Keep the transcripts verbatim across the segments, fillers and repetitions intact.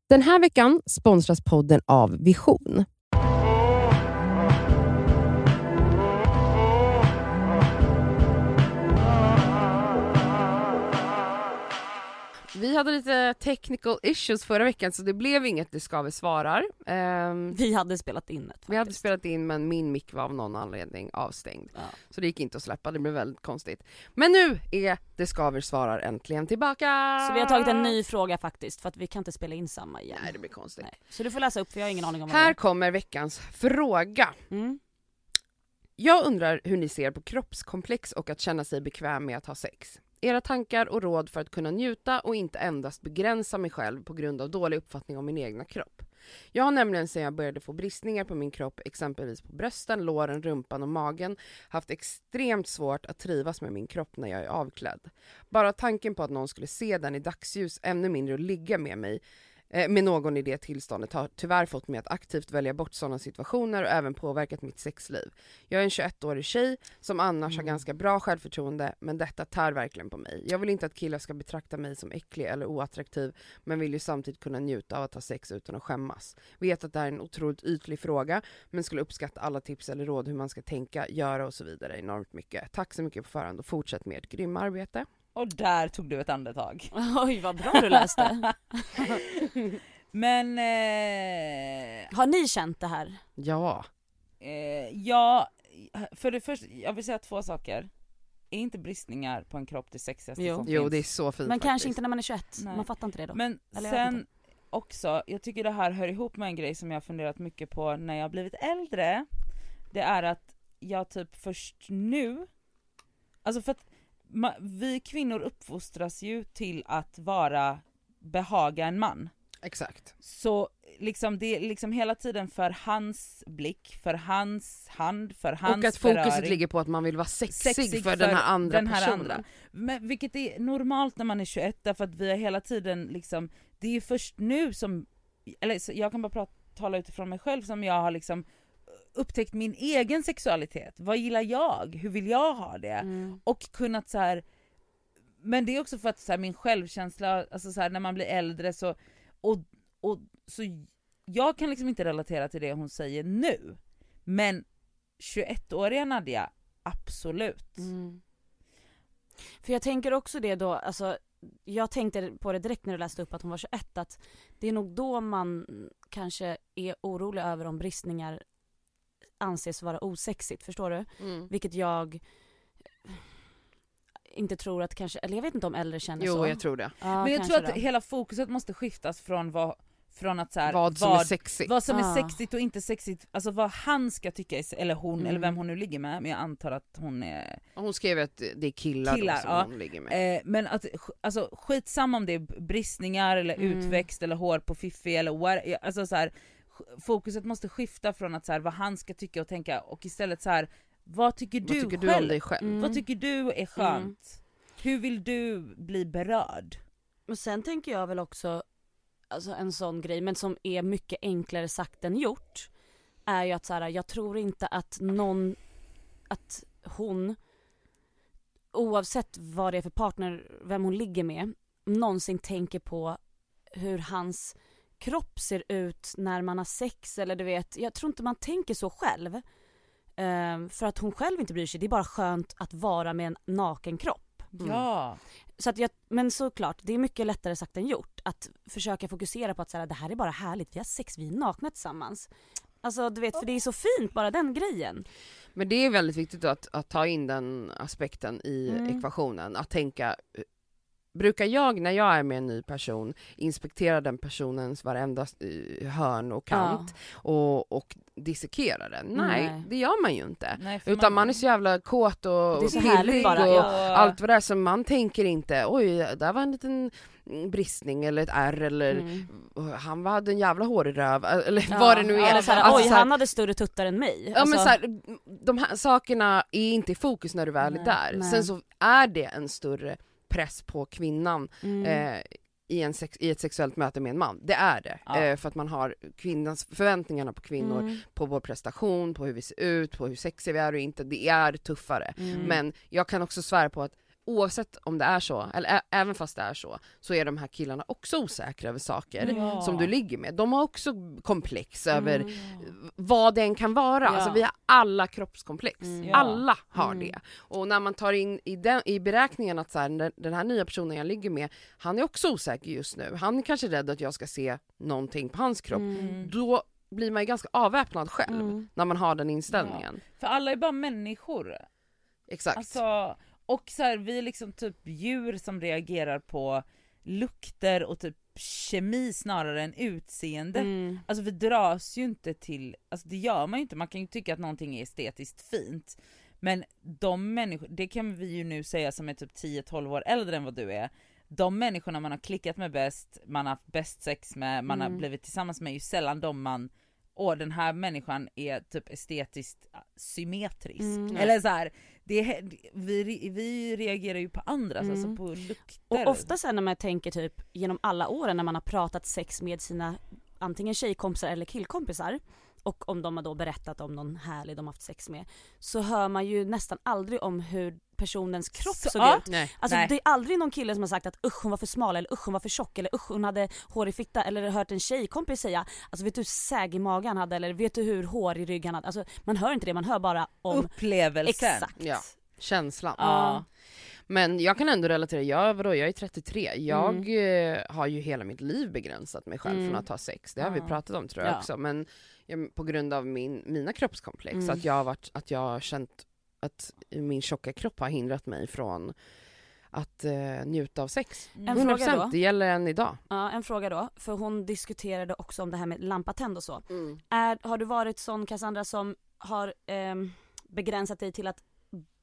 Den här veckan sponsras podden av Vision. Vi hade lite technical issues förra veckan så det blev inget Det ska vi svarar. Um, vi hade spelat in ett. Vi hade spelat in men min mick var av någon anledning avstängd. Ja. Så det gick inte att släppa, det blev väldigt konstigt. Men nu är Det ska vi svarar äntligen tillbaka. Så vi har tagit en ny fråga faktiskt för att vi kan inte spela in samma igen. Nej, det blir konstigt. Nej. Så du får läsa upp för jag har ingen aning om vad Här det är. kommer veckans fråga. Mm. Jag undrar hur ni ser på kroppskomplex och att känna sig bekväm med att ha sex. Era tankar och råd för att kunna njuta och inte endast begränsa mig själv på grund av dålig uppfattning om min egna kropp. Jag har nämligen sedan jag började få bristningar på min kropp, exempelvis på brösten, låren, rumpan och magen, haft extremt svårt att trivas med min kropp när jag är avklädd. Bara tanken på att någon skulle se den i dagsljus, ännu mindre att ligga med mig, med någon i det tillståndet har tyvärr fått mig att aktivt välja bort sådana situationer och även påverkat mitt sexliv. Jag är en tjugoett-årig tjej som annars mm. har ganska bra självförtroende, men detta tär verkligen på mig. Jag vill inte att killar ska betrakta mig som äcklig eller oattraktiv, men vill ju samtidigt kunna njuta av att ha sex utan att skämmas. Vet att det är en otroligt ytlig fråga, men skulle uppskatta alla tips eller råd hur man ska tänka, göra och så vidare enormt mycket. Tack så mycket på förhand och fortsätt med ert grymma arbete. Och där tog du ett andetag. Oj, vad bra du läste. Men eh... har ni känt det här? Ja. Eh, ja, för det första, jag vill säga två saker. Är inte bristningar på en kropp det sexigaste jo. som Jo, finns? det är så fint. Men faktiskt. Kanske inte när man är tjugoett. Nej. Man fattar inte det då. Men Eller sen också, jag tycker det här hör ihop med en grej som jag har funderat mycket på när jag har blivit äldre. Det är att jag typ först nu, alltså för att vi kvinnor uppfostras ju till att vara behaga en man. Exakt. Så liksom det är liksom hela tiden för hans blick, för hans hand, för hans och att beröring. Fokuset ligger på att man vill vara sexig, sexig för, för den här andra den här personen. Andra. Men vilket är normalt när man är tjugoett, därför att vi har hela tiden liksom, det är ju först nu som, eller jag kan bara prata, tala utifrån mig själv, som jag har liksom upptäckt min egen sexualitet. Vad gillar jag? Hur vill jag ha det? Mm. Och kunnat så här, men det är också för att så här, min självkänsla, alltså så här, när man blir äldre så och, och så jag kan liksom inte relatera till det hon säger nu. Men tjugoett-åriga Nadia, absolut. Mm. För jag tänker också det då, alltså jag tänkte på det direkt när du läste upp att hon var tjugoett, att det är nog då man kanske är orolig över om bristningar anses vara osexigt, förstår du? Mm. Vilket jag inte tror att kanske, eller jag vet inte om äldre känner jo, så. Jo, jag tror det. Ja, men jag tror att då. hela fokuset måste skiftas från vad från att så här, vad som vad, är sexigt. Vad som ah. är sexigt och inte sexigt, alltså vad han ska tycka är, eller hon mm. eller vem hon nu ligger med, men jag antar att hon är hon skrev att det är killar, killar då som ja. hon ligger med. Eh, men att alltså skitsamma om det är bristningar eller mm. utväxt eller hår på fiffi eller what, alltså så här, fokuset måste skifta från att så här, vad han ska tycka och tänka, och istället så här, vad tycker du, vad tycker själv? Du om dig själv? Mm. Vad tycker du är skönt? Mm. Hur vill du bli berörd? Men sen tänker jag väl också, alltså en sån grej, men som är mycket enklare sagt än gjort, är ju att så här, jag tror inte att någon, att hon, oavsett vad det är för partner, vem hon ligger med, någonsin tänker på hur hans kropp ser ut när man har sex, eller du vet, jag tror inte man tänker så själv, uh, för att hon själv inte bryr sig. Det är bara skönt att vara med en naken kropp. Mm. Ja. Så att jag, men såklart, det är mycket lättare sagt än gjort att försöka fokusera på att så här, det här är bara härligt, vi har sex, vi är nakna tillsammans. Alltså du vet, för det är så fint, bara den grejen. Men det är väldigt viktigt att, att ta in den aspekten i mm. ekvationen, att tänka, brukar jag när jag är med en ny person inspektera den personens varenda hörn och kant ja. och, och dissekera den? Nej, Nej, det gör man ju inte. Nej, utan man... man är så jävla kåt och pillig och ja. allt vad det är, som man tänker inte, oj, där var en liten bristning eller ett ärr eller mm. han hade en jävla hårig röv eller ja. vad det nu är. Eller så här, alltså, oj, så här, han hade större tuttar än mig. Ja, alltså... men så här, de här sakerna är inte i fokus när du väl är där. Nej. Sen så är det en större press på kvinnan mm. eh, i, en sex, i ett sexuellt möte med en man. Det är det. Ja. Eh, för att man har kvinnans förväntningarna på kvinnor, mm. på vår prestation, på hur vi ser ut, på hur sexiga vi är och inte. Det är tuffare. Mm. Men jag kan också svära på att oavsett om det är så, eller ä- även fast det är så, så är de här killarna också osäkra över saker Ja. som du ligger med. De har också komplex över Mm. vad den kan vara. Ja. Alltså vi har alla kroppskomplex. Mm. Ja. Alla har Mm. det. Och när man tar in i, den, i beräkningen att så här, den, den här nya personen jag ligger med, han är också osäker just nu. Han är kanske rädd att jag ska se någonting på hans kropp. Mm. Då blir man ju ganska avväpnad själv Mm. när man har den inställningen. För alla är bara människor. Exakt. Alltså, och så här, vi är liksom typ djur som reagerar på lukter och typ kemi snarare än utseende. Mm. Alltså vi dras ju inte till, alltså det gör man ju inte, man kan ju tycka att någonting är estetiskt fint. Men de människor, det kan vi ju nu säga som är typ tio tolv år äldre än vad du är. De människorna man har klickat med bäst, man har haft bäst sex med, man Mm. har blivit tillsammans med, är ju sällan de man, åh den här människan är typ estetiskt symmetrisk. Mm. Eller så här, det är, vi, vi reagerar ju på andras, Mm. alltså på lukter. Och ofta sen när man tänker typ genom alla åren när man har pratat sex med sina antingen tjejkompisar eller killkompisar, och om de har då berättat om någon härlig de har haft sex med, så hör man ju nästan aldrig om hur personens kropp Så, såg ja. ut. Nej. Alltså Nej. det är aldrig någon kille som har sagt att usch hon var för smal, eller usch hon var för tjock, eller usch hon hade hår i fitta, eller hört en tjejkompis säga alltså vet du hur säg i magen han hade, eller vet du hur hår i ryggen han hade. Alltså man hör inte det, man hör bara om upplevelsen. exakt. Ja. Känslan. Ja. Men jag kan ändå relatera, jag, vadå, jag är trettiotre, jag eh, har ju hela mitt liv begränsat mig själv Mm. från att ha sex, det har vi Ja. pratat om tror jag Ja. också, men jag, på grund av min, mina kroppskomplex, Mm. att, jag har varit, att jag har känt att min tjocka kropp har hindrat mig från att eh, njuta av sex. Mm. En hundra fråga procent, då. det gäller än idag. Ja, en fråga då, för hon diskuterade också om det här med lampatänd och så. Mm. Är, har du varit sån Cassandra som har ehm, begränsat dig till att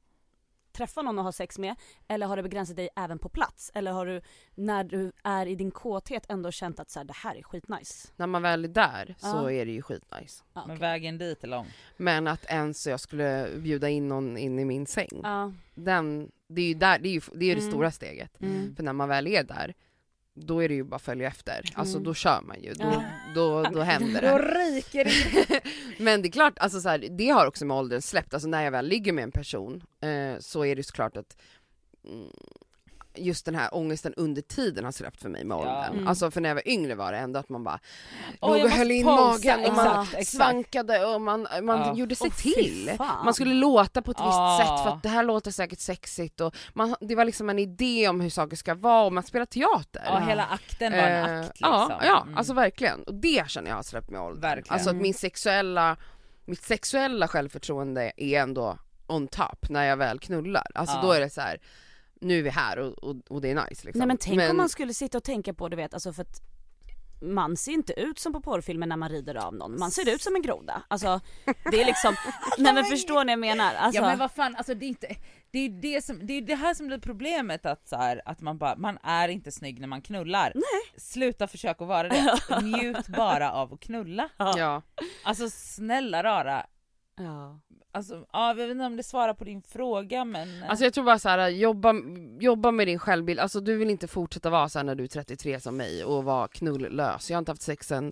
träffa någon och ha sex med, eller har det begränsat dig även på plats, eller har du när du är i din kåthet ändå känt att så här, det här är skitnice? När man väl är där så Ja. är det ju skitnice. Ja, Men okej. vägen dit är lång. Men att ens jag skulle bjuda in någon in i min säng, Ja. den, det är ju, där, det, är ju, det, är ju det Mm. stora steget. Mm. För när man väl är där, då är det ju bara att följa efter. Alltså Mm. då kör man ju, då, Ja. då, då händer Då det. ryker det. Men det är klart, alltså så här, det har också med åldern släppt. Alltså när jag väl ligger med en person eh, så är det såklart att mm, just den här ångesten under tiden har släppt för mig med Ja. åldern. Mm. Alltså för när jag var yngre var det ändå att man bara Åh, låg jag och måste höll in pausa. magen och man Exakt, exakt. svankade och man, man Ja. gjorde sig Åh, fy till. fan. Man skulle låta på ett visst Ja. sätt för att det här låter säkert sexigt och man, det var liksom en idé om hur saker ska vara och man spelar teater. Ja, hela akten var en Eh, akt liksom. Ja, ja Mm. alltså verkligen. Och det känner jag har släppt med åldern. Verkligen. Alltså att Mm. min sexuella, mitt sexuella självförtroende är ändå on top när jag väl knullar. Alltså Ja. då är det så här. Nu är vi här och, och, och det är nice liksom. Nej men tänk om man skulle sitta och tänka på, du vet, alltså för att man ser inte ut som på porrfilmen när man rider av någon, man ser ut som en groda. Alltså det är liksom, nej men förstår ni jag menar? Alltså, Ja men vad fan, alltså det är inte, det är det som, det är det här som blir problemet, att så här, att man bara, man är inte snygg när man knullar. Nej. Sluta försöka vara det, njut bara av att knulla. Ja. Alltså snälla rara, ja. alltså ja, jag vet inte om det svarar på din fråga men Alltså jag tror bara så här, jobba, jobba med din självbild. Alltså du vill inte fortsätta vara så här när du är trettiotre som mig och vara knullös. Jag har inte haft sex sen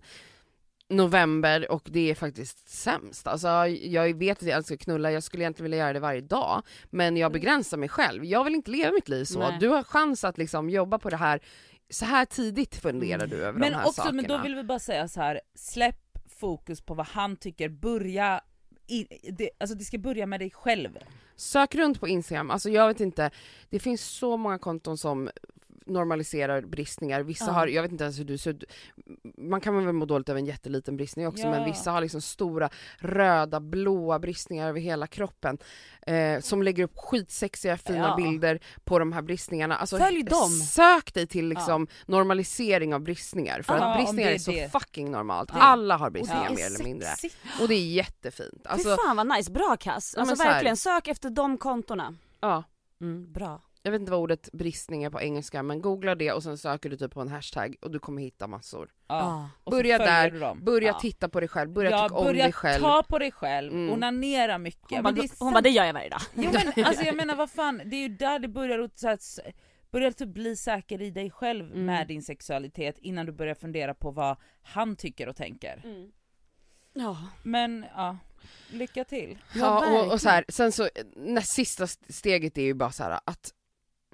november och det är faktiskt sämst. Alltså jag vet att jag älskar att knulla, jag skulle egentligen vilja göra det varje dag, men jag begränsar mig själv. Jag vill inte leva mitt liv så. Nej. Du har chans att liksom jobba på det här så här tidigt, funderar du över men de här också, sakerna. men då vill vi bara säga så här: släpp fokus på vad han tycker, börja i, det, alltså det ska börja med dig själv. Sök runt på Instagram, alltså jag vet inte, det finns så många konton som normaliserar bristningar. Vissa Ja. har, jag vet inte ens hur du ser ut, man kan väl må dåligt av en jätteliten bristning också, Ja. men vissa har liksom stora röda, blåa bristningar över hela kroppen eh, som lägger upp skitsexiga fina Ja. bilder på de här bristningarna. Alltså, Följ dem. Sök dig till liksom normalisering av bristningar, för Ja, att om bristningar det är, är så det. fucking normalt. Det- Alla har Och bristningar det är mer eller mindre. sexigt. Och det är jättefint. Alltså, Fy fan vad nice, bra Kass. Ja, Alltså men så här- verkligen, sök efter de kontona. ja. Mm, bra. Jag vet inte vad ordet bristning är på engelska, men googla det och sen söker du typ på en hashtag och du kommer hitta massor. Ja. Ja. Och så Börja följer där, du dem. börja Ja. titta på dig själv, börja Ja, tycka om börja dig själv. ta på dig själv, Mm. onanera mycket. Hon, Men bara, det är hon sant. bara, det gör jag varje dag. Jo men alltså jag menar vad fan, det är ju där det börjar, att så att, börja typ bli säker i dig själv Mm. med din sexualitet innan du börjar fundera på vad han tycker och tänker. Mm. Ja. Men ja, lycka till. Ja, Ja, och, och verkligen. så här, sen så näst sista steget är ju bara så här att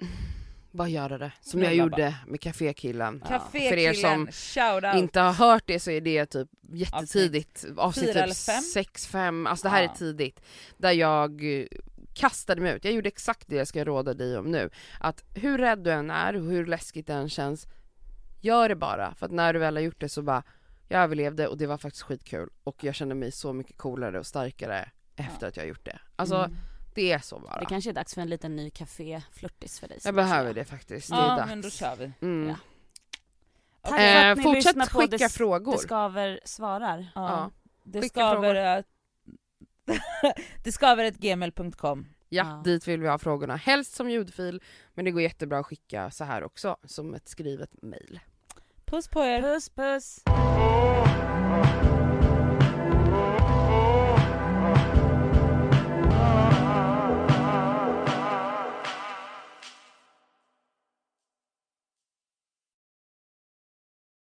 bara göra det. Som Men jag bara- gjorde med kafékillen. Ja. För er som Cafékillen, shout out. inte har hört det så är det typ jättetidigt. Avsnitt Fyra typ eller fem? sex, fem. Alltså det här Ja. är tidigt. Där jag eh, kastade mig ut. Jag gjorde exakt det jag ska råda dig om nu. Att hur rädd du än är och hur läskigt det än känns, gör det bara. För att när du väl har gjort det så bara, jag överlevde och det var faktiskt skitkul. Och jag kände mig så mycket coolare och starkare efter Ja. att jag har gjort det. Alltså Mm. det är så bara. Det kanske är dags för en liten ny café-flörtis för dig. Jag behöver det faktiskt. Det är Ja, dags. men då kör vi. Mm. Ja. Tack Okej. för Eh, att ni fortsätt lyssnar på skicka det, frågor. Det skaver svarar. Ja. Ja. Det Skicka skaver att det skaver ett gmail punkt com. Ja, Ja. dit vill vi ha frågorna. Helst som ljudfil, men det går jättebra att skicka så här också, som ett skrivet mejl. Puss på er. Puss puss!